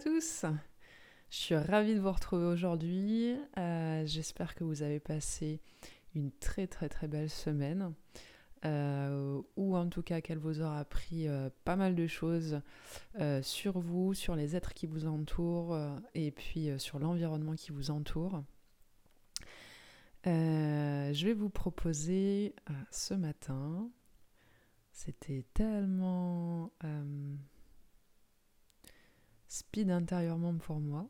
tous, je suis ravie de vous retrouver aujourd'hui. J'espère que vous avez passé une très très très belle semaine, ou en tout cas qu'elle vous aura appris pas mal de choses sur vous, sur les êtres qui vous entourent et puis sur l'environnement qui vous entoure. Je vais vous proposer ce matin, c'était tellement speed intérieurement pour moi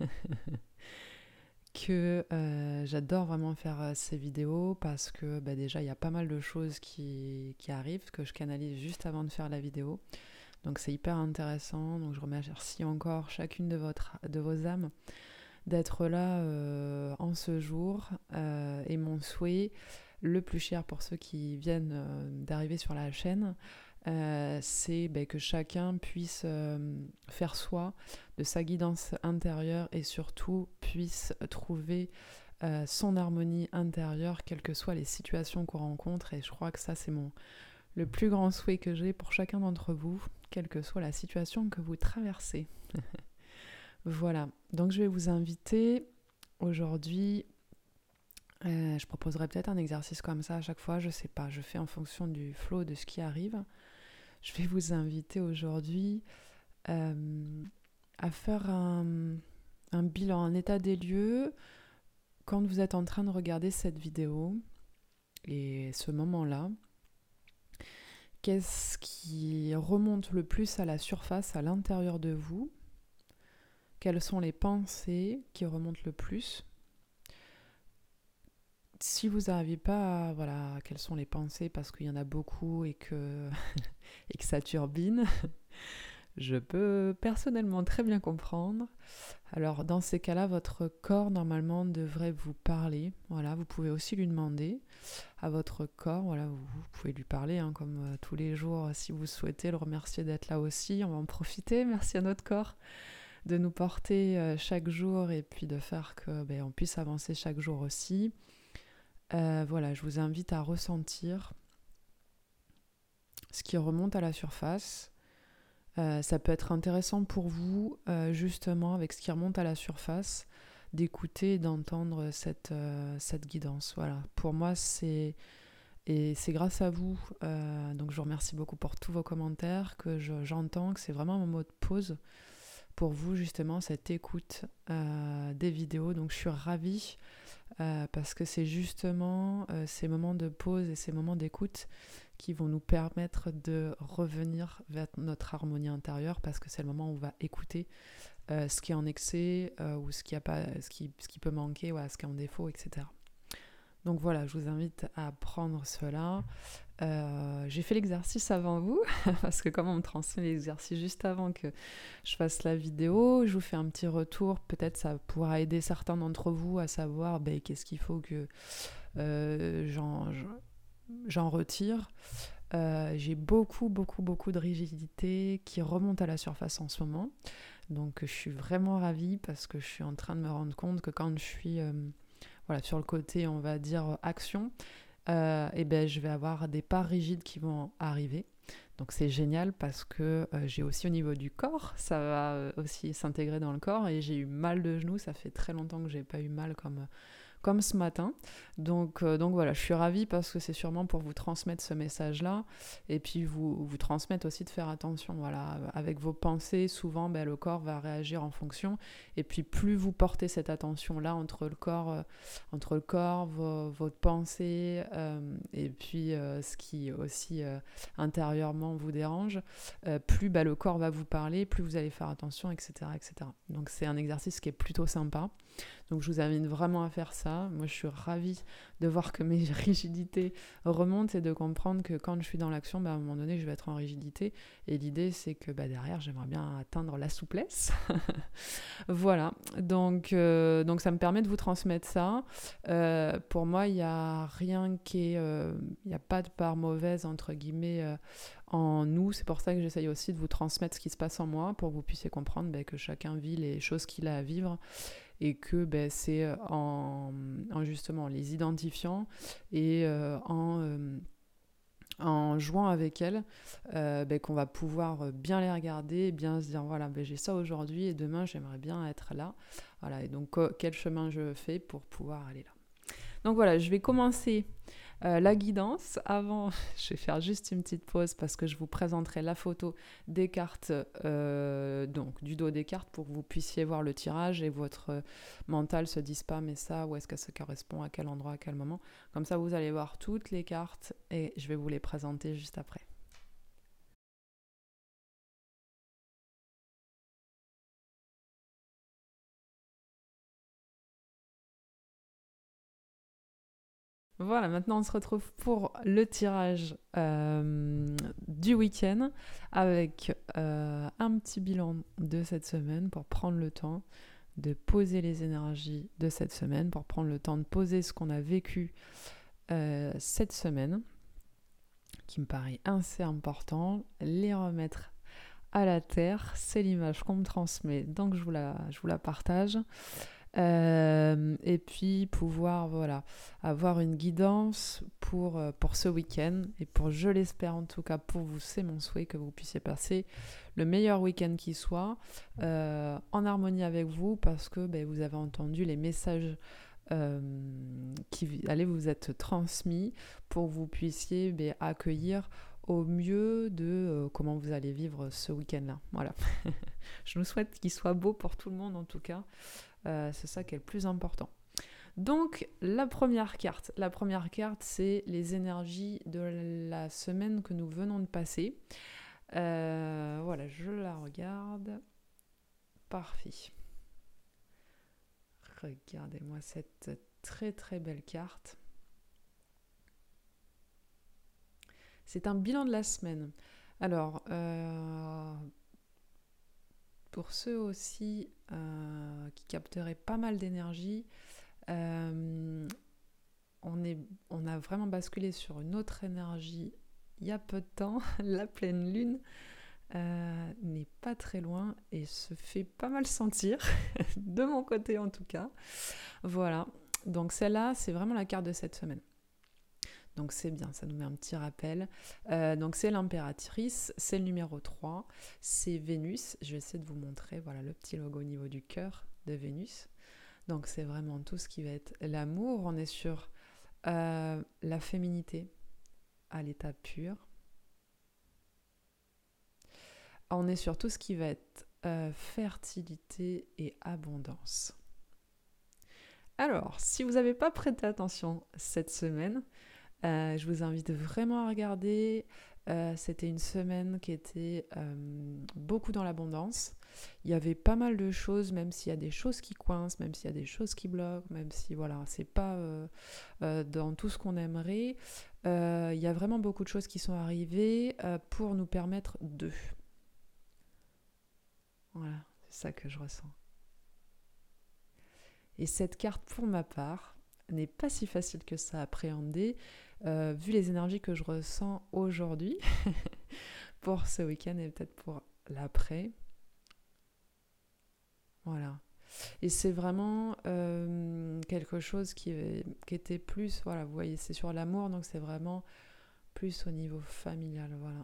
que j'adore vraiment faire ces vidéos parce que déjà il y a pas mal de choses qui arrivent que je canalise juste avant de faire la vidéo, donc c'est hyper intéressant. Donc je remercie encore chacune de vos âmes d'être là en ce jour, et mon souhait le plus cher pour ceux qui viennent d'arriver sur la chaîne, c'est que chacun puisse faire soi de sa guidance intérieure et surtout puisse trouver son harmonie intérieure, quelles que soient les situations qu'on rencontre. Et je crois que ça, c'est le plus grand souhait que j'ai pour chacun d'entre vous, quelle que soit la situation que vous traversez. Voilà, donc je vais vous inviter aujourd'hui. Je proposerai peut-être un exercice comme ça à chaque fois, je sais pas, je fais en fonction du flow de ce qui arrive. Je vais vous inviter aujourd'hui à faire un bilan, un état des lieux quand vous êtes en train de regarder cette vidéo et ce moment-là. Qu'est-ce qui remonte le plus à la surface, à l'intérieur de vous? Quelles sont les pensées qui remontent le plus? Si vous n'arrivez pas à quelles sont les pensées, parce qu'il y en a beaucoup et que ça turbine, je peux personnellement très bien comprendre. Alors dans ces cas-là, votre corps normalement devrait vous parler. Voilà, vous pouvez aussi lui demander à votre corps, voilà, vous pouvez lui parler comme tous les jours si vous souhaitez, le remercier d'être là aussi. On va en profiter, merci à notre corps de nous porter chaque jour et puis de faire que on puisse avancer chaque jour aussi. Voilà, je vous invite à ressentir ce qui remonte à la surface. Ça peut être intéressant pour vous, justement, avec ce qui remonte à la surface, d'écouter et d'entendre cette guidance. Voilà, pour moi, c'est grâce à vous. Donc, je vous remercie beaucoup pour tous vos commentaires, que j'entends que c'est vraiment un moment de pause pour vous, justement, cette écoute des vidéos. Donc, je suis ravie. Parce que c'est justement ces moments de pause et ces moments d'écoute qui vont nous permettre de revenir vers notre harmonie intérieure, parce que c'est le moment où on va écouter ce qui est en excès ou ce qui peut manquer, ce qui est en défaut, etc. Donc voilà, je vous invite à prendre cela. J'ai fait l'exercice avant vous, parce que comme on me transmet l'exercice juste avant que je fasse la vidéo, je vous fais un petit retour. Peut-être ça pourra aider certains d'entre vous à savoir qu'est-ce qu'il faut que j'en retire. J'ai beaucoup de rigidité qui remonte à la surface en ce moment. Donc je suis vraiment ravie, parce que je suis en train de me rendre compte que quand je suis sur le côté, on va dire, action, je vais avoir des parts rigides qui vont arriver. Donc c'est génial, parce que j'ai aussi au niveau du corps, ça va aussi s'intégrer dans le corps, et j'ai eu mal de genoux, ça fait très longtemps que j'ai pas eu mal comme ce matin. Donc voilà, je suis ravie, parce que c'est sûrement pour vous transmettre ce message-là, et puis vous transmettre aussi de faire attention. Voilà, avec vos pensées, souvent le corps va réagir en fonction, et puis plus vous portez cette attention-là entre le corps, votre pensée, et puis ce qui aussi intérieurement vous dérange, plus le corps va vous parler, plus vous allez faire attention, etc., etc. Donc c'est un exercice qui est plutôt sympa. Donc je vous invite vraiment à faire ça. Moi je suis ravie de voir que mes rigidités remontent, et de comprendre que quand je suis dans l'action, à un moment donné je vais être en rigidité, et l'idée c'est que derrière j'aimerais bien atteindre la souplesse. Voilà, donc ça me permet de vous transmettre ça. Pour moi il n'y a rien qui est... il n'y a pas de part mauvaise entre guillemets en nous. C'est pour ça que j'essaye aussi de vous transmettre ce qui se passe en moi, pour que vous puissiez comprendre que chacun vit les choses qu'il a à vivre, et que c'est en justement les identifiant et en jouant avec elles, qu'on va pouvoir bien les regarder, bien se dire voilà, j'ai ça aujourd'hui et demain j'aimerais bien être là. Voilà, et donc quel chemin je fais pour pouvoir aller là. Donc voilà, je vais commencer la guidance. Avant, je vais faire juste une petite pause parce que je vous présenterai la photo des cartes, donc du dos des cartes pour que vous puissiez voir le tirage et votre mental se dise pas mais ça, où est-ce que ça correspond, à quel endroit, à quel moment. Comme ça, vous allez voir toutes les cartes et je vais vous les présenter juste après. Voilà, maintenant on se retrouve pour le tirage du week-end avec un petit bilan de cette semaine pour prendre le temps de poser les énergies de cette semaine, pour prendre le temps de poser ce qu'on a vécu cette semaine, qui me paraît assez important, les remettre à la terre. C'est l'image qu'on me transmet, donc je vous la partage. Et puis pouvoir avoir une guidance pour ce week-end et pour, je l'espère en tout cas pour vous, c'est mon souhait que vous puissiez passer le meilleur week-end qui soit en harmonie avec vous, parce que vous avez entendu les messages qui allaient vous être transmis pour que vous puissiez accueillir au mieux de comment vous allez vivre ce week-end-là. Voilà. Je nous souhaite qu'il soit beau pour tout le monde en tout cas. C'est ça qui est le plus important. Donc la première carte, c'est les énergies de la semaine que nous venons de passer. Voilà, je la regarde. Parfait. Regardez-moi cette très très belle carte. C'est un bilan de la semaine. Alors, pour ceux aussi qui capteraient pas mal d'énergie, on a vraiment basculé sur une autre énergie il y a peu de temps. La pleine lune n'est pas très loin et se fait pas mal sentir, de mon côté en tout cas. Voilà, donc celle-là, c'est vraiment la carte de cette semaine. Donc c'est bien, ça nous met un petit rappel. Donc c'est l'impératrice, c'est le numéro 3, c'est Vénus. Je vais essayer de vous montrer, voilà, le petit logo au niveau du cœur de Vénus. Donc c'est vraiment tout ce qui va être l'amour. On est sur la féminité à l'état pur. On est sur tout ce qui va être fertilité et abondance. Alors, si vous n'avez pas prêté attention cette semaine, je vous invite vraiment à regarder. C'était une semaine qui était beaucoup dans l'abondance. Il y avait pas mal de choses, même s'il y a des choses qui coincent, même s'il y a des choses qui bloquent, même si voilà, c'est pas dans tout ce qu'on aimerait. Il y a vraiment beaucoup de choses qui sont arrivées pour nous permettre de. Voilà, c'est ça que je ressens. Et cette carte, pour ma part, n'est pas si facile que ça à appréhender, vu les énergies que je ressens aujourd'hui, pour ce week-end et peut-être pour l'après. Voilà. Et c'est vraiment quelque chose qui était plus, voilà, vous voyez, c'est sur l'amour, donc c'est vraiment plus au niveau familial, voilà.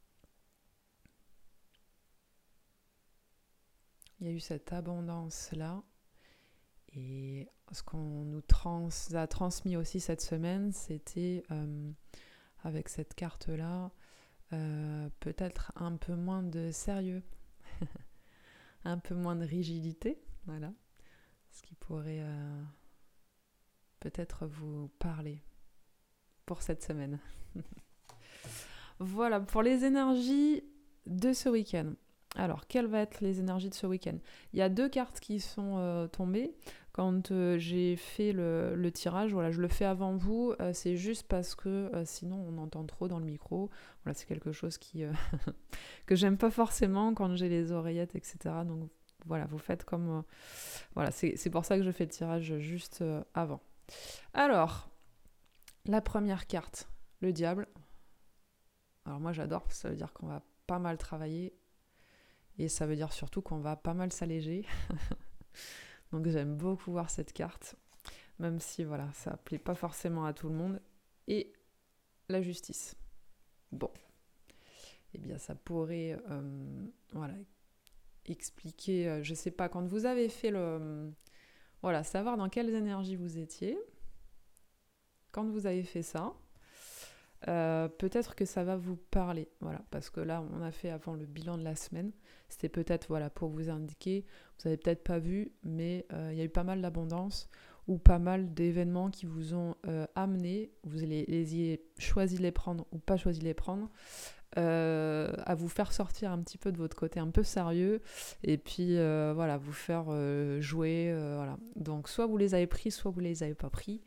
Il y a eu cette abondance-là. Et ce qu'on nous a transmis aussi cette semaine, c'était, avec cette carte-là, peut-être un peu moins de sérieux, un peu moins de rigidité, voilà. Ce qui pourrait peut-être vous parler pour cette semaine. Voilà, pour les énergies de ce week-end. Alors, quelles vont être les énergies de ce week-end ? Il y a 2 cartes qui sont tombées. Quand j'ai fait le tirage, voilà, je le fais avant vous. C'est juste parce que sinon, on entend trop dans le micro. Voilà, c'est quelque chose que j'aime pas forcément quand j'ai les oreillettes, etc. Donc, voilà, vous faites comme... voilà, c'est pour ça que je fais le tirage juste avant. Alors, la première carte, le diable. Alors moi, j'adore, parce que ça veut dire qu'on va pas mal travailler. Et ça veut dire surtout qu'on va pas mal s'alléger. Donc j'aime beaucoup voir cette carte, même si voilà, ça plaît pas forcément à tout le monde. Et la justice. Bon, eh bien ça pourrait voilà, expliquer, je sais pas, quand vous avez fait le... Voilà, savoir dans quelles énergies vous étiez, quand vous avez fait ça, peut-être que ça va vous parler, voilà, parce que là, on a fait avant le bilan de la semaine, c'était peut-être, voilà, pour vous indiquer, vous avez peut-être pas vu, mais il y a eu pas mal d'abondance, ou pas mal d'événements qui vous ont amené, vous les ayez choisi de les prendre ou pas choisi de les prendre, à vous faire sortir un petit peu de votre côté un peu sérieux et puis voilà, vous faire jouer, voilà. Donc soit vous les avez pris, soit vous les avez pas pris.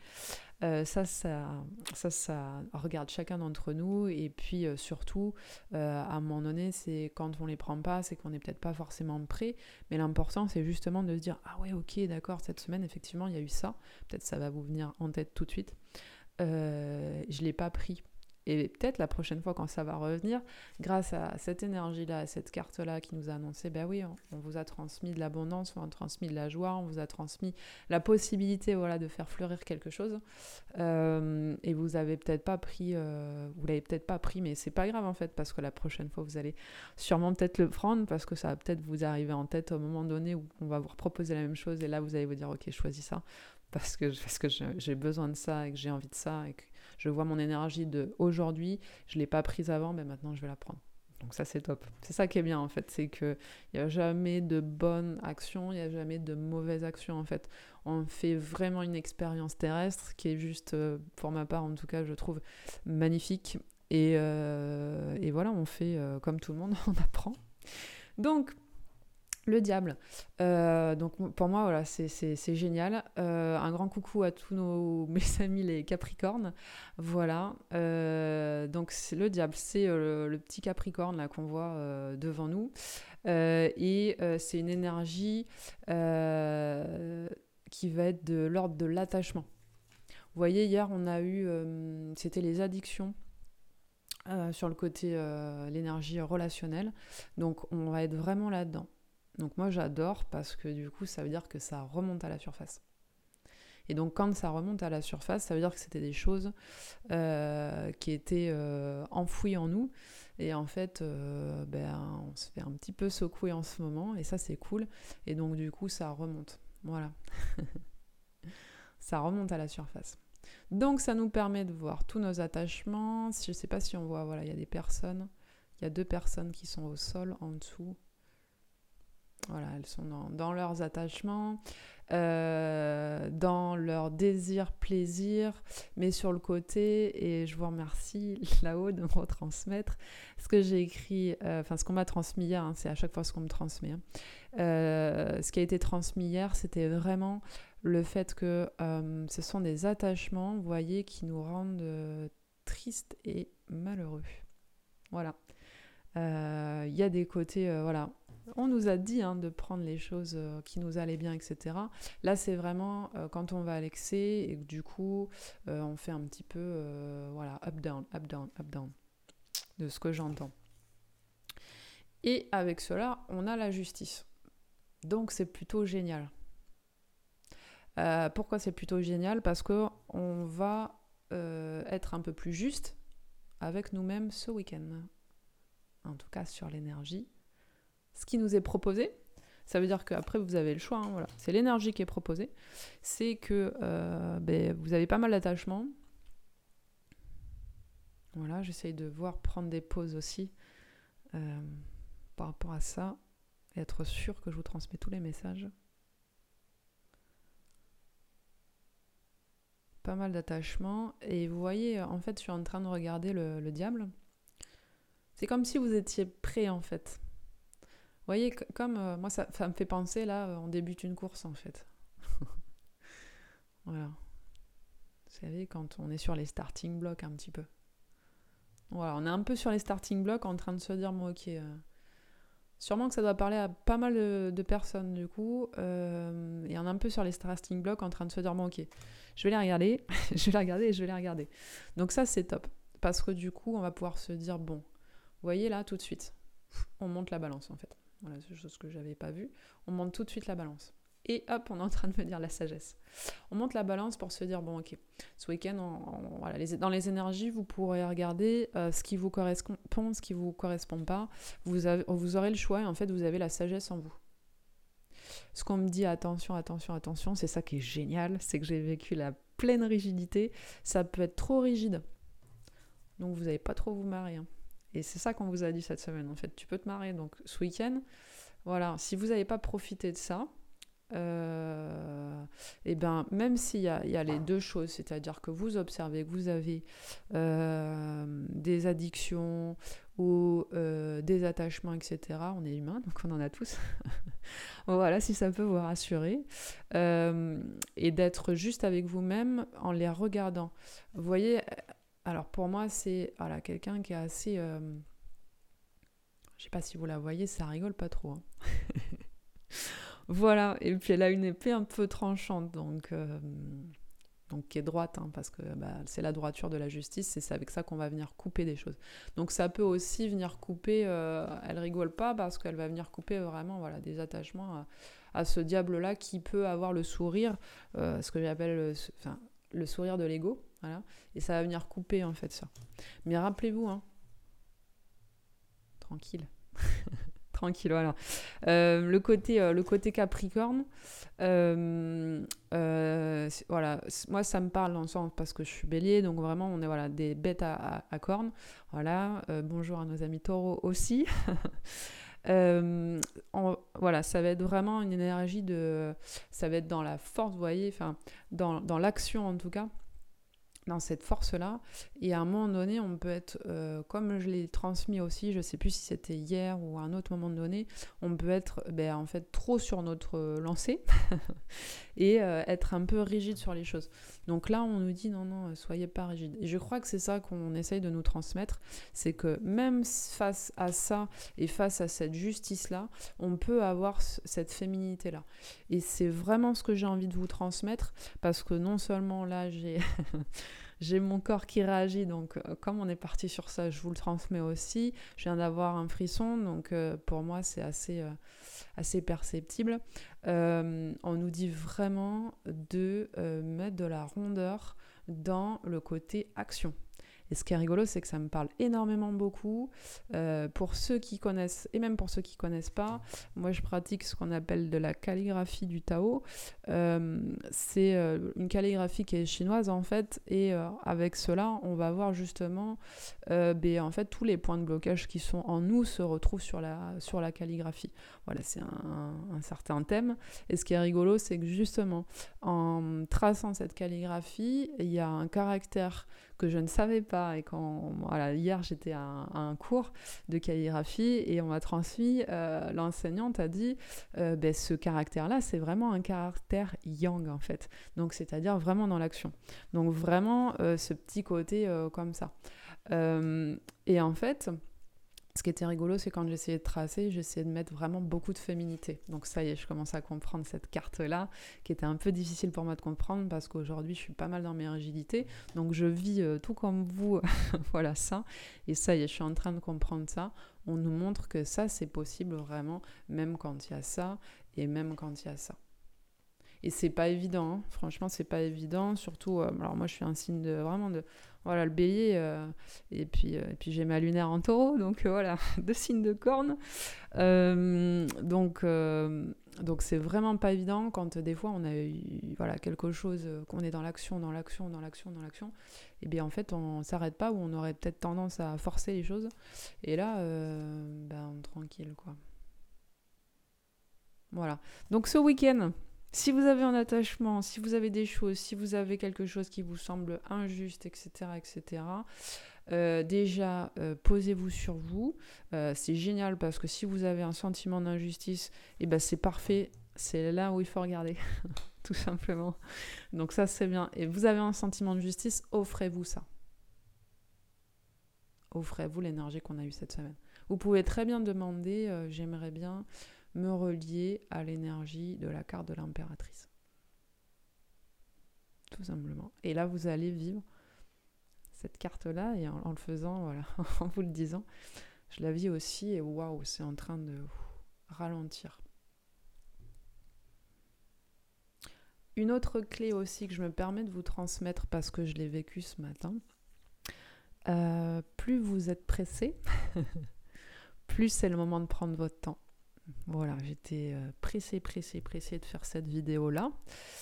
Ça regarde chacun d'entre nous et puis surtout à un moment donné, c'est quand on les prend pas, c'est qu'on n'est peut-être pas forcément prêt, mais l'important c'est justement de se dire ah ouais, ok, d'accord, cette semaine effectivement il y a eu ça, peut-être ça va vous venir en tête tout de suite. Je l'ai pas pris. Et peut-être la prochaine fois quand ça va revenir, grâce à cette énergie-là, à cette carte-là qui nous a annoncé, ben oui, on vous a transmis de l'abondance, on vous a transmis de la joie, on vous a transmis la possibilité, voilà, de faire fleurir quelque chose. Et vous avez peut-être pas pris, vous l'avez peut-être pas pris, mais c'est pas grave en fait, parce que la prochaine fois vous allez sûrement peut-être le prendre, parce que ça va peut-être vous arriver en tête au moment donné où on va vous proposer la même chose, et là vous allez vous dire ok, je choisis ça. Parce que j'ai besoin de ça et que j'ai envie de ça et que je vois mon énergie de aujourd'hui, je ne l'ai pas prise avant, mais maintenant je vais la prendre. Donc ça c'est top. C'est ça qui est bien en fait, c'est qu'il n'y a jamais de bonne action, il n'y a jamais de mauvaise action en fait. On fait vraiment une expérience terrestre qui est juste, pour ma part en tout cas, je trouve magnifique. Et voilà, on fait comme tout le monde, on apprend. Donc, le diable. Donc pour moi, voilà, c'est génial. Un grand coucou à tous mes amis les Capricornes. Voilà. Donc c'est le diable, c'est le petit Capricorne là qu'on voit devant nous. C'est une énergie qui va être de l'ordre de l'attachement. Vous voyez, hier on a eu, c'était les addictions. Sur le côté l'énergie relationnelle. Donc on va être vraiment là-dedans. Donc moi j'adore parce que du coup ça veut dire que ça remonte à la surface. Et donc quand ça remonte à la surface, ça veut dire que c'était des choses qui étaient enfouies en nous. Et en fait, on se fait un petit peu secouer en ce moment et ça c'est cool. Et donc du coup ça remonte. Voilà. Ça remonte à la surface. Donc ça nous permet de voir tous nos attachements. Je ne sais pas si on voit, voilà, il y a des personnes. Il y a 2 personnes qui sont au sol en dessous. Voilà, elles sont dans leurs attachements, dans leur désir, plaisir, mais sur le côté, et je vous remercie là-haut de me retransmettre ce que j'ai écrit, ce qu'on m'a transmis hier, hein, c'est à chaque fois ce qu'on me transmet. Hein. Ce qui a été transmis hier, c'était vraiment le fait que ce sont des attachements, vous voyez, qui nous rendent tristes et malheureux. Voilà. Il y a des côtés, voilà. On nous a dit de prendre les choses qui nous allaient bien, etc. Là, c'est vraiment quand on va à l'excès et que du coup, on fait un petit peu, voilà, up, down, up, down, up, down, de ce que j'entends. Et avec cela, on a la justice. Donc, c'est plutôt génial. Pourquoi c'est plutôt génial ? Parce qu'on va être un peu plus juste avec nous-mêmes ce week-end. En tout cas, sur l'énergie. Ce qui nous est proposé, ça veut dire qu'après vous avez le choix, voilà. C'est l'énergie qui est proposée, c'est que vous avez pas mal d'attachements. Voilà, j'essaye de prendre des pauses aussi par rapport à ça, et être sûr que je vous transmets tous les messages. Pas mal d'attachements, et vous voyez, en fait, je suis en train de regarder le diable. C'est comme si vous étiez prêt, en fait. Vous voyez, comme moi, ça me fait penser, là, on débute une course, en fait. Voilà. Vous savez, quand on est sur les starting blocks, un petit peu. Voilà, on est un peu sur les starting blocks, en train de se dire, bon, ok, sûrement que ça doit parler à pas mal de personnes, du coup. Et on est un peu sur les starting blocks, en train de se dire, bon, ok, je vais les regarder, je vais les regarder et je vais les regarder. Donc ça, c'est top. Parce que du coup, on va pouvoir se dire, bon, vous voyez, là, tout de suite, on monte la balance, en fait. Voilà, c'est chose que j'avais pas vue. On monte tout de suite la balance. et hop, on est en train de me dire la sagesse. On monte la balance pour se dire, bon ok, ce week-end, voilà, dans les énergies, vous pourrez regarder ce qui vous correspond, ce qui vous correspond pas. Vous aurez le choix et en fait, vous avez la sagesse en vous. Ce qu'on me dit, attention, c'est ça qui est génial, c'est que j'ai vécu la pleine rigidité. Ça peut être trop rigide. Donc vous n'allez pas trop vous marrer. Hein. Et c'est ça qu'on vous a dit cette semaine. En fait, tu peux te marrer. Donc ce week-end, voilà, si vous n'avez pas profité de ça, et ben même s'il y a les deux choses, c'est-à-dire que vous observez que vous avez des addictions ou des attachements, etc. On est humain, donc on en a tous. Voilà, si ça peut vous rassurer. Et d'être juste avec vous-même en les regardant. Vous voyez, alors pour moi, c'est quelqu'un qui est assez... je sais pas si vous la voyez, ça rigole pas trop. Hein. Voilà, et puis elle a une épée un peu tranchante, donc qui est droite, hein, parce que c'est la droiture de la justice, c'est avec ça qu'on va venir couper des choses. Donc ça peut aussi venir couper, elle rigole pas, parce qu'elle va venir couper vraiment des attachements à ce diable-là qui peut avoir le sourire, ce que j'appelle le sourire de l'ego, voilà, et ça va venir couper en fait ça. Mais rappelez-vous, hein, tranquille. Tranquille, voilà. Le côté Capricorne, voilà, moi ça me parle dans le sens parce que je suis bélier, donc vraiment on est des bêtes à cornes. Voilà, bonjour à nos amis taureaux aussi. Voilà, ça va être vraiment une énergie ça va être dans la force, vous voyez, dans l'action en tout cas. Dans cette force-là, et à un moment donné, on peut être, comme je l'ai transmis aussi, je ne sais plus si c'était hier ou à un autre moment donné, on peut être en fait trop sur notre lancée et être un peu rigide sur les choses. Donc là, on nous dit non, soyez pas rigide. Et je crois que c'est ça qu'on essaye de nous transmettre, c'est que même face à ça et face à cette justice-là, on peut avoir cette féminité-là. Et c'est vraiment ce que j'ai envie de vous transmettre, parce que non seulement là, j'ai mon corps qui réagit, donc comme on est parti sur ça, je vous le transmets aussi. Je viens d'avoir un frisson, donc pour moi c'est assez perceptible. On nous dit vraiment de mettre de la rondeur dans le côté action. Et ce qui est rigolo, c'est que ça me parle énormément beaucoup. Pour ceux qui connaissent, et même pour ceux qui ne connaissent pas, moi je pratique ce qu'on appelle de la calligraphie du Tao. C'est une calligraphie qui est chinoise en fait, et avec cela, on va voir justement en fait, tous les points de blocage qui sont en nous se retrouvent sur la calligraphie. Voilà, c'est un certain thème. Et ce qui est rigolo, c'est que justement, en traçant cette calligraphie, il y a un caractère que je ne savais pas, et hier j'étais à un cours de calligraphie et on m'a transmis, l'enseignante a dit ce caractère-là, c'est vraiment un caractère yang en fait, donc c'est-à-dire vraiment dans l'action, donc vraiment ce petit côté comme ça, et en fait ce qui était rigolo, c'est quand j'essayais de tracer, j'essayais de mettre vraiment beaucoup de féminité. Donc ça y est, je commence à comprendre cette carte-là, qui était un peu difficile pour moi de comprendre, parce qu'aujourd'hui, je suis pas mal dans mes rigidités. Donc je vis tout comme vous, voilà ça. Et ça y est, je suis en train de comprendre ça. On nous montre que ça, c'est possible vraiment, même quand il y a ça, et même quand il y a ça. Et c'est pas évident, hein. Franchement, c'est pas évident. Surtout, alors moi, je suis un signe voilà, le bélier, et puis j'ai ma lunaire en taureau, donc voilà, 2 signes de corne. Donc c'est vraiment pas évident quand des fois on a eu quelque chose, qu'on est dans l'action, et bien en fait on s'arrête pas, ou on aurait peut-être tendance à forcer les choses. Et là, tranquille quoi. Voilà. Donc ce week-end, si vous avez un attachement, si vous avez des choses, si vous avez quelque chose qui vous semble injuste, etc., déjà, posez-vous sur vous. C'est génial, parce que si vous avez un sentiment d'injustice, c'est parfait. C'est là où il faut regarder, tout simplement. Donc ça, c'est bien. Et vous avez un sentiment de justice, offrez-vous ça. Offrez-vous l'énergie qu'on a eue cette semaine. Vous pouvez très bien demander, j'aimerais bien me relier à l'énergie de la carte de l'impératrice. Tout simplement. Et là, vous allez vivre cette carte-là, et en le faisant, voilà, en vous le disant, je la vis aussi, et waouh, c'est en train de ralentir. Une autre clé aussi que je me permets de vous transmettre parce que je l'ai vécu ce matin, plus vous êtes pressé, plus c'est le moment de prendre votre temps. Voilà, j'étais pressée de faire cette vidéo-là.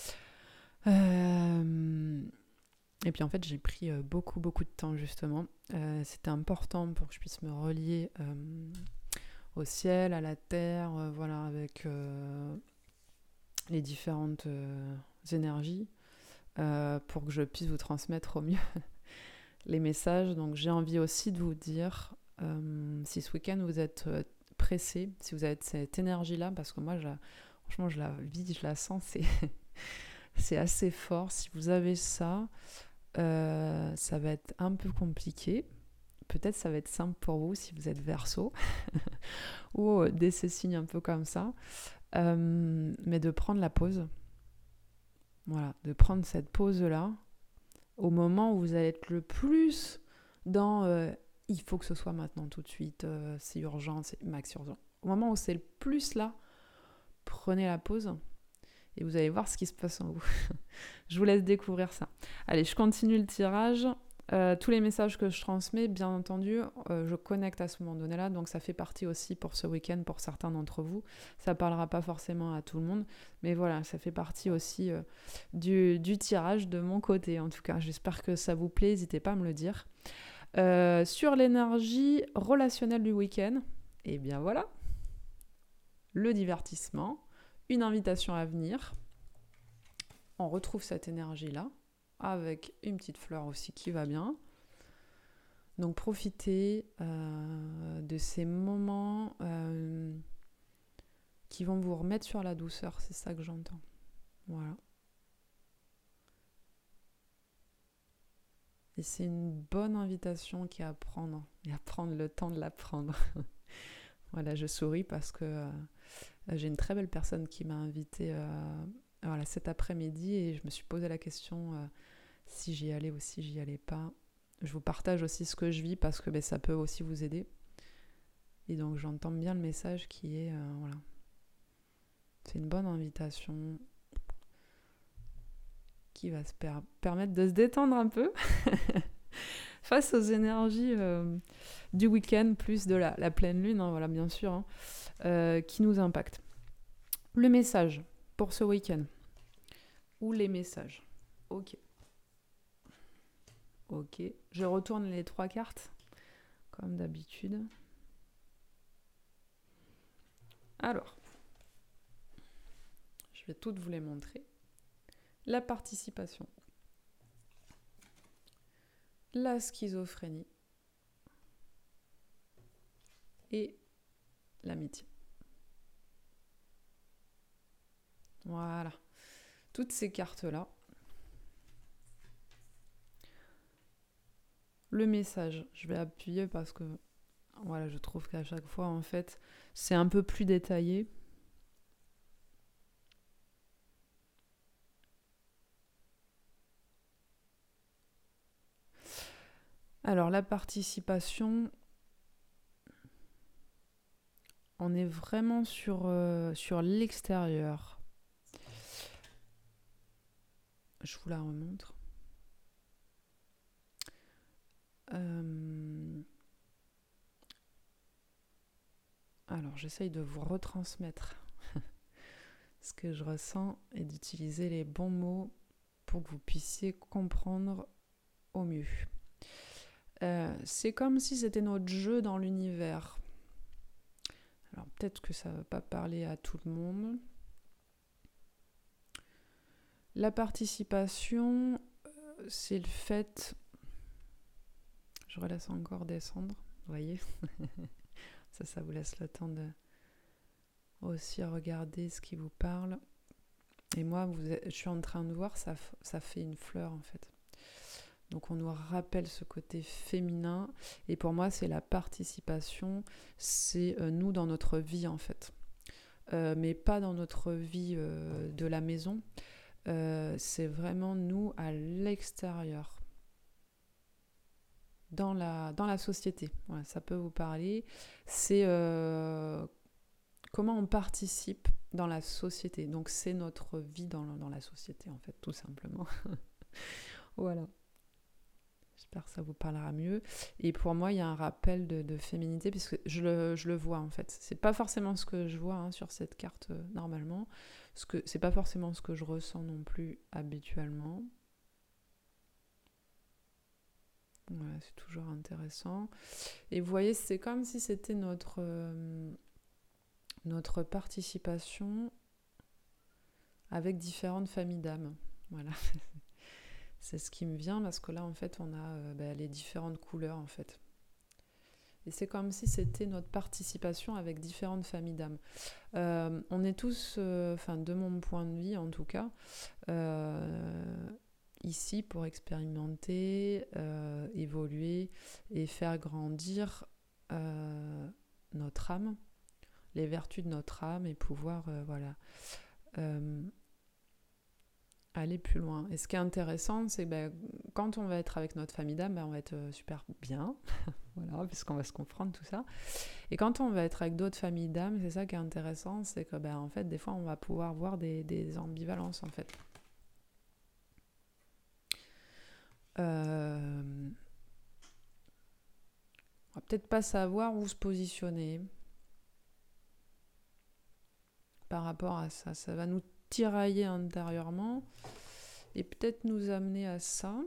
Et puis en fait, j'ai pris beaucoup de temps justement. C'était important pour que je puisse me relier au ciel, à la terre, voilà, avec les différentes énergies, pour que je puisse vous transmettre au mieux les messages. Donc j'ai envie aussi de vous dire, si ce week-end vous êtes pressé, si vous avez cette énergie-là, parce que moi, franchement, je la vis, je la sens, c'est assez fort. Si vous avez ça, ça va être un peu compliqué. Peut-être ça va être simple pour vous si vous êtes Verseau ou des ces signes un peu comme ça. Mais de prendre la pause. Voilà, de prendre cette pause-là au moment où vous allez être le plus dans il faut que ce soit maintenant tout de suite, c'est urgent, c'est max urgent. Au moment où c'est le plus là, prenez la pause et vous allez voir ce qui se passe en vous. Je vous laisse découvrir ça. Allez, je continue le tirage. Tous les messages que je transmets, bien entendu, je connecte à ce moment donné-là, donc ça fait partie aussi pour ce week-end, pour certains d'entre vous. Ça ne parlera pas forcément à tout le monde, mais voilà, ça fait partie aussi du tirage de mon côté, en tout cas. J'espère que ça vous plaît, n'hésitez pas à me le dire. Sur l'énergie relationnelle du week-end, et bien voilà, le divertissement, une invitation à venir. On retrouve cette énergie-là, avec une petite fleur aussi qui va bien. Donc profitez de ces moments qui vont vous remettre sur la douceur, c'est ça que j'entends. Voilà. Et c'est une bonne invitation qui est à prendre, et à prendre le temps de la prendre. Voilà, je souris parce que j'ai une très belle personne qui m'a invitée voilà, cet après-midi et je me suis posé la question si j'y allais ou si j'y allais pas. Je vous partage aussi ce que je vis parce que ça peut aussi vous aider. Et donc j'entends bien le message qui est, voilà, c'est une bonne invitation qui va se permettre de se détendre un peu face aux énergies du week-end, plus de la pleine lune, hein, voilà, bien sûr, hein, qui nous impactent. Le message pour ce week-end. Ou les messages. Ok. Je retourne les 3 cartes, comme d'habitude. Alors, je vais toutes vous les montrer. La participation. La schizophrénie. Et l'amitié. Voilà. Toutes ces cartes-là. Le message, je vais appuyer parce que voilà, je trouve qu'à chaque fois, en fait, c'est un peu plus détaillé. Alors, la participation, on est vraiment sur l'extérieur. Je vous la remontre. Alors, j'essaye de vous retransmettre ce que je ressens et d'utiliser les bons mots pour que vous puissiez comprendre au mieux. C'est comme si c'était notre jeu dans l'univers. Alors, peut-être que ça ne va pas parler à tout le monde. La participation, c'est le fait... Je relaisse encore descendre, vous voyez. Ça vous laisse le temps de aussi regarder ce qui vous parle. Et moi, je suis en train de voir, ça fait une fleur en fait. Donc on nous rappelle ce côté féminin. Et pour moi, c'est la participation, c'est nous dans notre vie en fait. Mais pas dans notre vie de la maison. C'est vraiment nous à l'extérieur. Dans la société. Voilà, ça peut vous parler. C'est comment on participe dans la société. Donc c'est notre vie dans la société, en fait, tout simplement. Voilà. J'espère que ça vous parlera mieux. Et pour moi, il y a un rappel de féminité, puisque je le vois, en fait. C'est pas forcément ce que je vois sur cette carte, normalement. C'est pas forcément ce que je ressens non plus habituellement. Voilà, c'est toujours intéressant. Et vous voyez, c'est comme si c'était notre participation avec différentes familles d'âmes. Voilà. C'est ce qui me vient parce que là, en fait, on a les différentes couleurs, en fait. Et c'est comme si c'était notre participation avec différentes familles d'âmes. On est tous, de mon point de vue en tout cas, ici pour expérimenter, évoluer et faire grandir notre âme, les vertus de notre âme et pouvoir aller plus loin. Et ce qui est intéressant, c'est que quand on va être avec notre famille d'âme, on va être super bien, voilà, puisqu'on va se comprendre tout ça. Et quand on va être avec d'autres familles d'âme, c'est ça qui est intéressant, c'est que en fait, des fois, on va pouvoir voir des ambivalences, en fait. On va peut-être pas savoir où se positionner par rapport à ça. Ça va nous tirailler intérieurement et peut-être nous amener à ça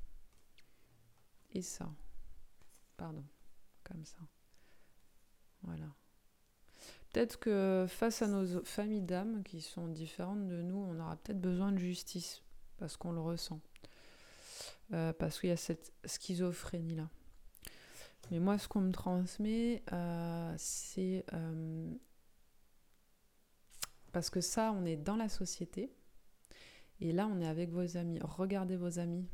et ça. Pardon, comme ça. Voilà. Peut-être que face à nos familles d'âme qui sont différentes de nous, on aura peut-être besoin de justice parce qu'on le ressent. Parce qu'il y a cette schizophrénie-là. Mais moi, ce qu'on me transmet, c'est... parce que ça, on est dans la société. Et là, on est avec vos amis. Regardez vos amis.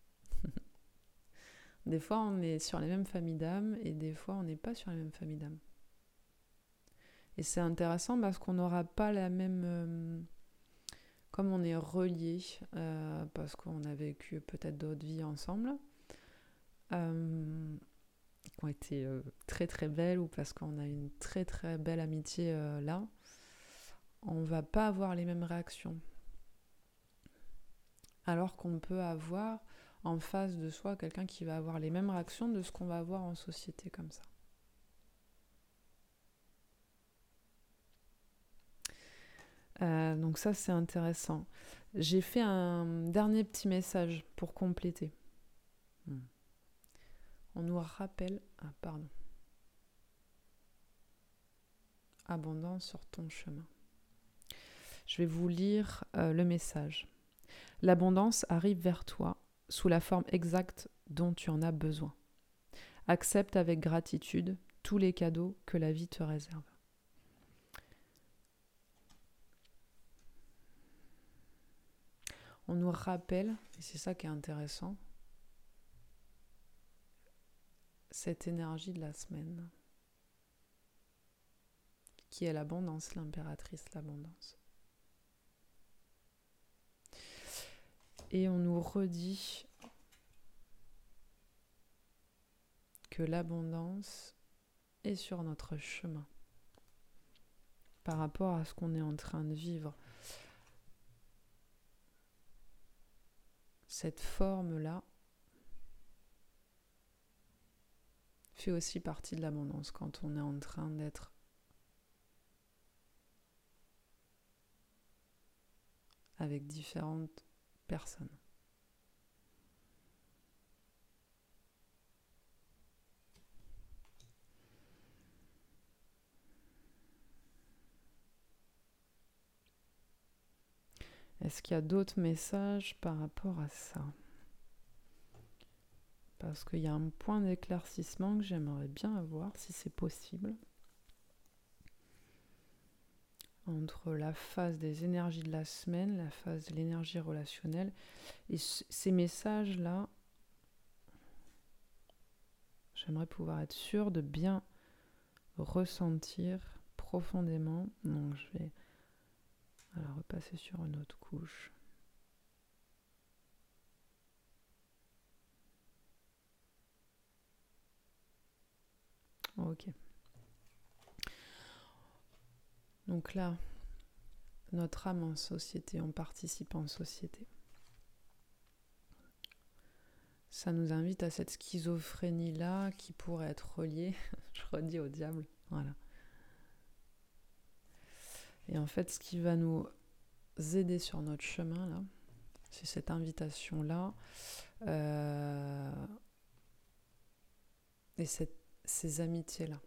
Des fois, on est sur les mêmes familles d'âmes et des fois, on n'est pas sur les mêmes familles d'âmes. Et c'est intéressant parce qu'on n'aura pas la même... comme on est reliés, parce qu'on a vécu peut-être d'autres vies ensemble, qui ont été très très belles ou parce qu'on a une très très belle amitié là, on va pas avoir les mêmes réactions. Alors qu'on peut avoir en face de soi quelqu'un qui va avoir les mêmes réactions de ce qu'on va avoir en société comme ça. Donc ça, c'est intéressant. J'ai fait un dernier petit message pour compléter. On nous rappelle... Ah, pardon. Abondance sur ton chemin. Je vais vous lire le message. L'abondance arrive vers toi sous la forme exacte dont tu en as besoin. Accepte avec gratitude tous les cadeaux que la vie te réserve. On nous rappelle, et c'est ça qui est intéressant, cette énergie de la semaine, qui est l'abondance, l'impératrice, l'abondance. Et on nous redit que l'abondance est sur notre chemin par rapport à ce qu'on est en train de vivre. Cette forme-là fait aussi partie de l'abondance quand on est en train d'être avec différentes personnes. Est-ce qu'il y a d'autres messages par rapport à ça ? Parce qu'il y a un point d'éclaircissement que j'aimerais bien avoir, si c'est possible, entre la phase des énergies de la semaine, la phase de l'énergie relationnelle, et ces messages-là, j'aimerais pouvoir être sûre de bien ressentir profondément. Donc je vais repasser sur une autre couche. Ok. Donc là, notre âme en société, on participe en société. Ça nous invite à cette schizophrénie-là qui pourrait être reliée, je redis, au diable. Voilà. Et en fait, ce qui va nous aider sur notre chemin, là, c'est cette invitation-là et ces amitiés-là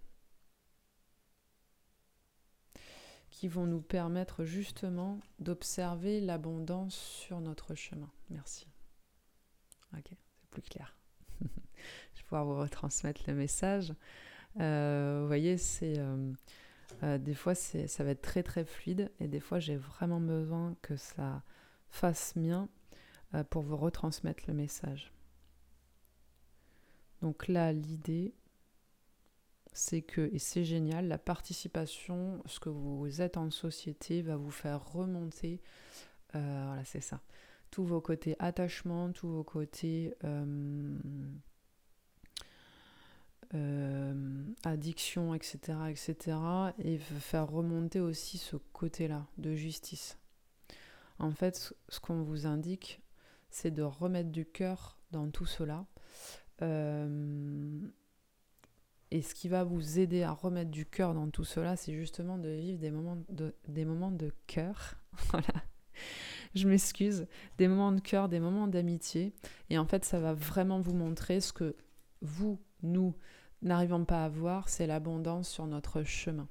qui vont nous permettre justement d'observer l'abondance sur notre chemin. Merci. Ok, c'est plus clair. Je vais pouvoir vous retransmettre le message. Vous voyez, des fois, ça va être très très fluide et des fois, j'ai vraiment besoin que ça fasse mien pour vous retransmettre le message. Donc là, l'idée, c'est que, et c'est génial, la participation, ce que vous êtes en société, va vous faire remonter, voilà, c'est ça, tous vos côtés attachement, tous vos côtés addiction, etc., et faire remonter aussi ce côté-là de justice. En fait, ce qu'on vous indique, c'est de remettre du cœur dans tout cela. Et ce qui va vous aider à remettre du cœur dans tout cela, c'est justement de vivre des moments de cœur. Voilà. Je m'excuse. Des moments de cœur, des moments d'amitié. Et en fait, ça va vraiment vous montrer ce que nous, n'arrivons pas à voir, c'est l'abondance sur notre chemin.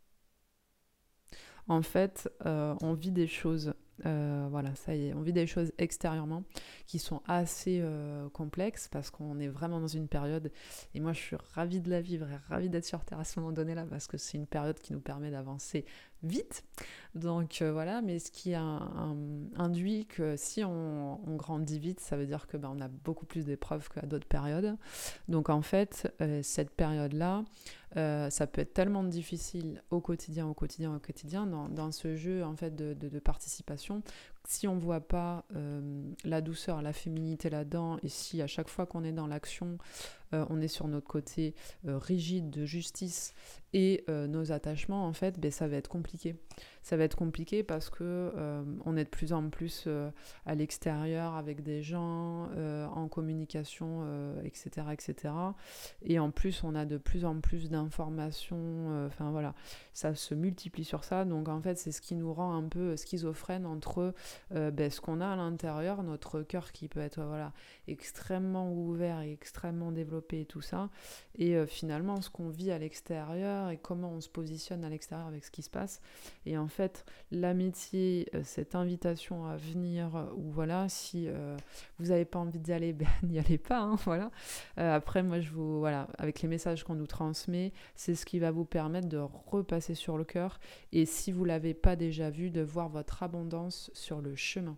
En fait, on vit des choses, voilà, ça y est, on vit des choses extérieurement qui sont assez complexes parce qu'on est vraiment dans une période, et moi je suis ravie de la vivre et ravie d'être sur Terre à ce moment donné là parce que c'est une période qui nous permet d'avancer vite. Donc voilà, mais ce qui induit que si on grandit vite, ça veut dire que on a beaucoup plus d'épreuves qu'à d'autres périodes. Donc en fait, cette période-là, ça peut être tellement difficile au quotidien, dans ce jeu en fait de participation. Si on ne voit pas la douceur, la féminité là-dedans, et si à chaque fois qu'on est dans l'action, on est sur notre côté rigide de justice et nos attachements, en fait, ça va être compliqué. Ça va être compliqué parce que on est de plus en plus à l'extérieur avec des gens, en communication, etc. Et en plus, on a de plus en plus d'informations. Enfin voilà, ça se multiplie sur ça. Donc en fait, c'est ce qui nous rend un peu schizophrène entre ce qu'on a à l'intérieur, notre cœur qui peut être extrêmement ouvert et extrêmement développé et tout ça, et finalement ce qu'on vit à l'extérieur et comment on se positionne à l'extérieur avec ce qui se passe. Et en fait, l'amitié, cette invitation à venir, ou voilà, si vous n'avez pas envie d'y aller, n'y allez pas, hein, voilà. Après, moi, avec les messages qu'on nous transmet, c'est ce qui va vous permettre de repasser sur le cœur, et si vous ne l'avez pas déjà vu, de voir votre abondance sur le chemin.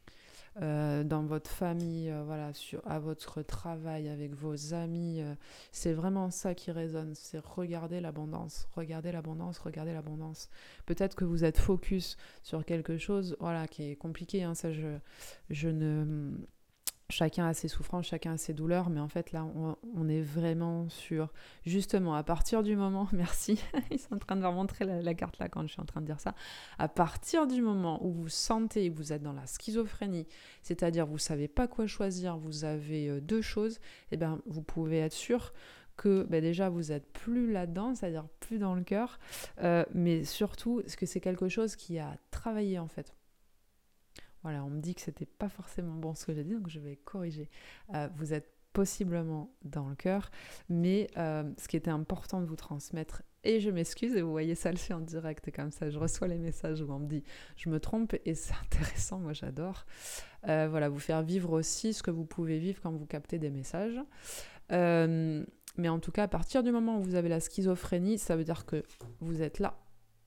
Dans votre famille, à votre travail, avec vos amis, c'est vraiment ça qui résonne, c'est regarder l'abondance. Peut-être que vous êtes focus sur quelque chose, qui est compliqué, hein, ça je ne... Chacun a ses souffrances, chacun a ses douleurs, mais en fait là on est vraiment sur, justement, à partir du moment, merci, ils sont en train de me montrer la carte là quand je suis en train de dire ça, à partir du moment où vous sentez que vous êtes dans la schizophrénie, c'est-à-dire vous savez pas quoi choisir, vous avez deux choses, vous pouvez être sûr que déjà vous êtes plus là-dedans, c'est-à-dire plus dans le cœur, mais surtout que c'est quelque chose qui a travaillé en fait. Voilà, on me dit que c'était pas forcément bon ce que j'ai dit, donc je vais corriger. Vous êtes possiblement dans le cœur, mais ce qui était important de vous transmettre, et je m'excuse, et vous voyez ça le fait en direct, et comme ça je reçois les messages où on me dit je me trompe, et c'est intéressant, moi j'adore. Vous faire vivre aussi ce que vous pouvez vivre quand vous captez des messages. Mais en tout cas, à partir du moment où vous avez la schizophrénie, ça veut dire que vous êtes là.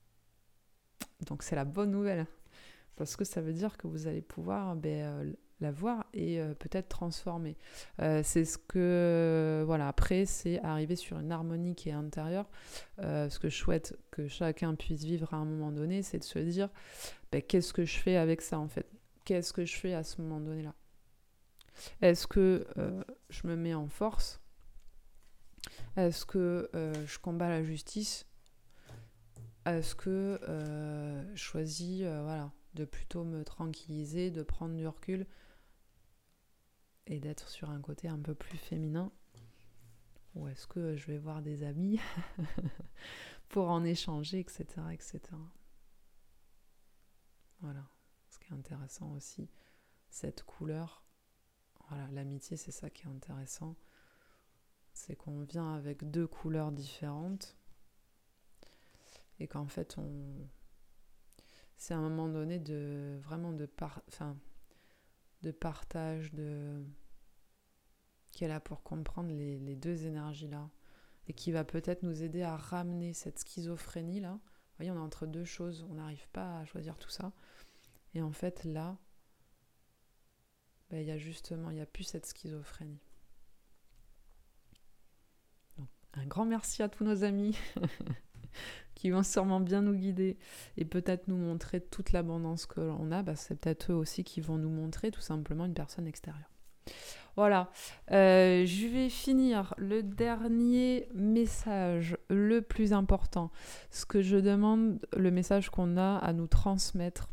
Donc c'est la bonne nouvelle. Parce que ça veut dire que vous allez pouvoir la voir et peut-être transformer. C'est ce que... après, c'est arriver sur une harmonie qui est intérieure. Ce que je souhaite que chacun puisse vivre à un moment donné, c'est de se dire qu'est-ce que je fais avec ça en fait ? Qu'est-ce que je fais à ce moment donné-là ? Est-ce que je me mets en force ? Est-ce que je combats la justice ? est-ce que je choisis voilà, de plutôt me tranquilliser, de prendre du recul et d'être sur un côté un peu plus féminin, ou est-ce que je vais voir des amis pour en échanger, etc., etc. Voilà, ce qui est intéressant aussi, cette couleur. Voilà, l'amitié, c'est ça qui est intéressant. C'est qu'on vient avec deux couleurs différentes et qu'en fait, c'est à un moment donné de vraiment de partage, qui est là pour comprendre les deux énergies-là et qui va peut-être nous aider à ramener cette schizophrénie-là. Vous voyez, on est entre deux choses, on n'arrive pas à choisir tout ça. Et en fait, là, il y a plus cette schizophrénie. Donc, un grand merci à tous nos amis qui vont sûrement bien nous guider et peut-être nous montrer toute l'abondance que l'on a. C'est peut-être eux aussi qui vont nous montrer tout simplement une personne extérieure. Voilà, je vais finir le dernier message, le plus important. Ce que je demande, le message qu'on a à nous transmettre,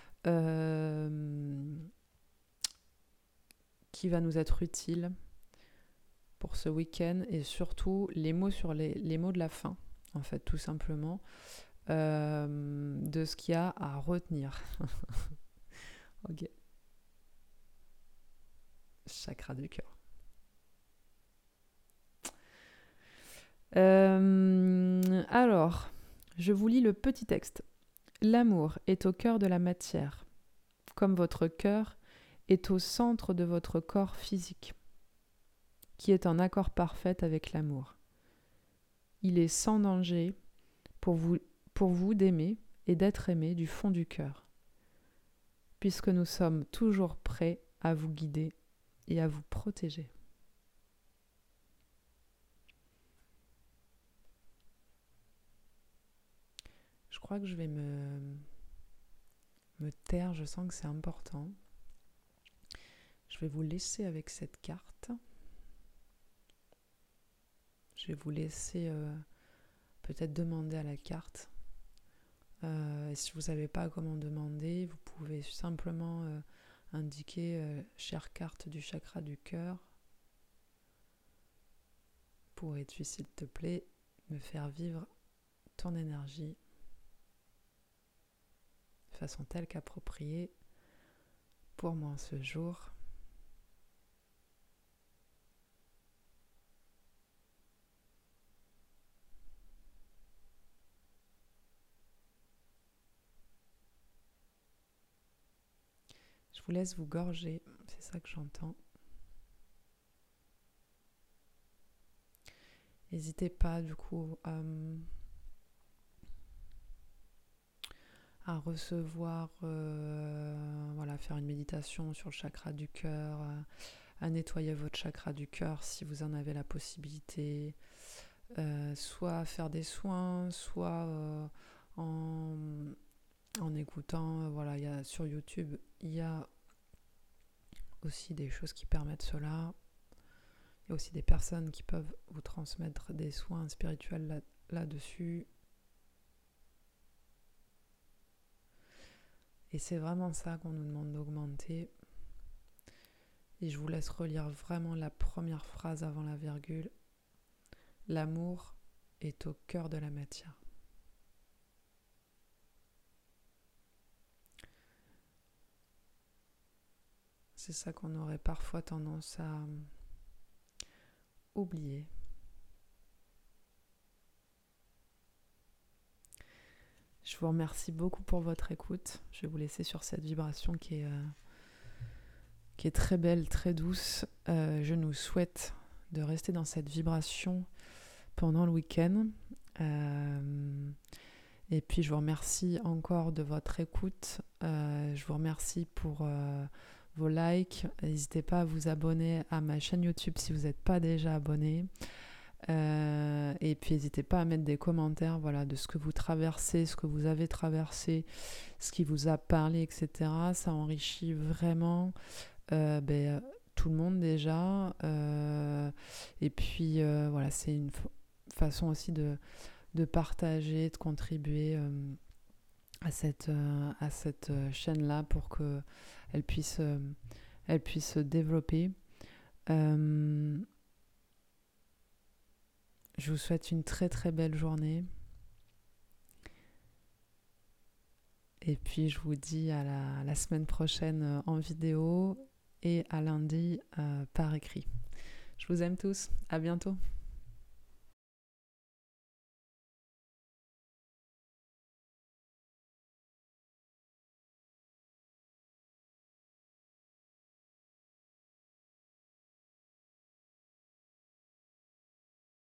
qui va nous être utile pour ce week-end, et surtout les mots les mots de la fin, en fait, tout simplement, de ce qu'il y a à retenir. Ok. Chakra du cœur. Alors, je vous lis le petit texte. L'amour est au cœur de la matière, comme votre cœur est au centre de votre corps physique, qui est en accord parfait avec l'amour. Il est sans danger pour vous d'aimer et d'être aimé du fond du cœur, puisque nous sommes toujours prêts à vous guider et à vous protéger. Je crois que je vais me taire, je sens que c'est important. Je vais vous laisser avec cette carte. Je vais vous laisser peut-être demander à la carte. Et si vous ne savez pas comment demander, vous pouvez simplement indiquer chère carte du chakra du cœur. Pourrais-tu, s'il te plaît, me faire vivre ton énergie de façon telle qu'appropriée pour moi ce jour. Je vous laisse vous gorger, c'est ça que j'entends. N'hésitez pas du coup à recevoir, faire une méditation sur le chakra du cœur, à nettoyer votre chakra du cœur si vous en avez la possibilité, soit faire des soins, soit en écoutant, sur YouTube, il y a aussi des choses qui permettent cela. Il y a aussi des personnes qui peuvent vous transmettre des soins spirituels là-dessus. Et c'est vraiment ça qu'on nous demande d'augmenter. Et je vous laisse relire vraiment la première phrase avant la virgule. L'amour est au cœur de la matière. C'est ça qu'on aurait parfois tendance à oublier. Je vous remercie beaucoup pour votre écoute. Je vais vous laisser sur cette vibration qui est très belle, très douce. Je nous souhaite de rester dans cette vibration pendant le week-end. Et puis je vous remercie encore de votre écoute. Je vous remercie pour vos likes. N'hésitez pas à vous abonner à ma chaîne YouTube si vous n'êtes pas déjà abonné. Et puis n'hésitez pas à mettre des commentaires de ce que vous traversez, ce que vous avez traversé, ce qui vous a parlé, etc. Ça enrichit vraiment tout le monde déjà. Et puis c'est une façon aussi de de partager, de contribuer à cette chaîne-là pour qu'elle puisse, elle puisse se développer. Je vous souhaite une très très belle journée. Et puis je vous dis à la semaine prochaine en vidéo et à lundi par écrit. Je vous aime tous, à bientôt.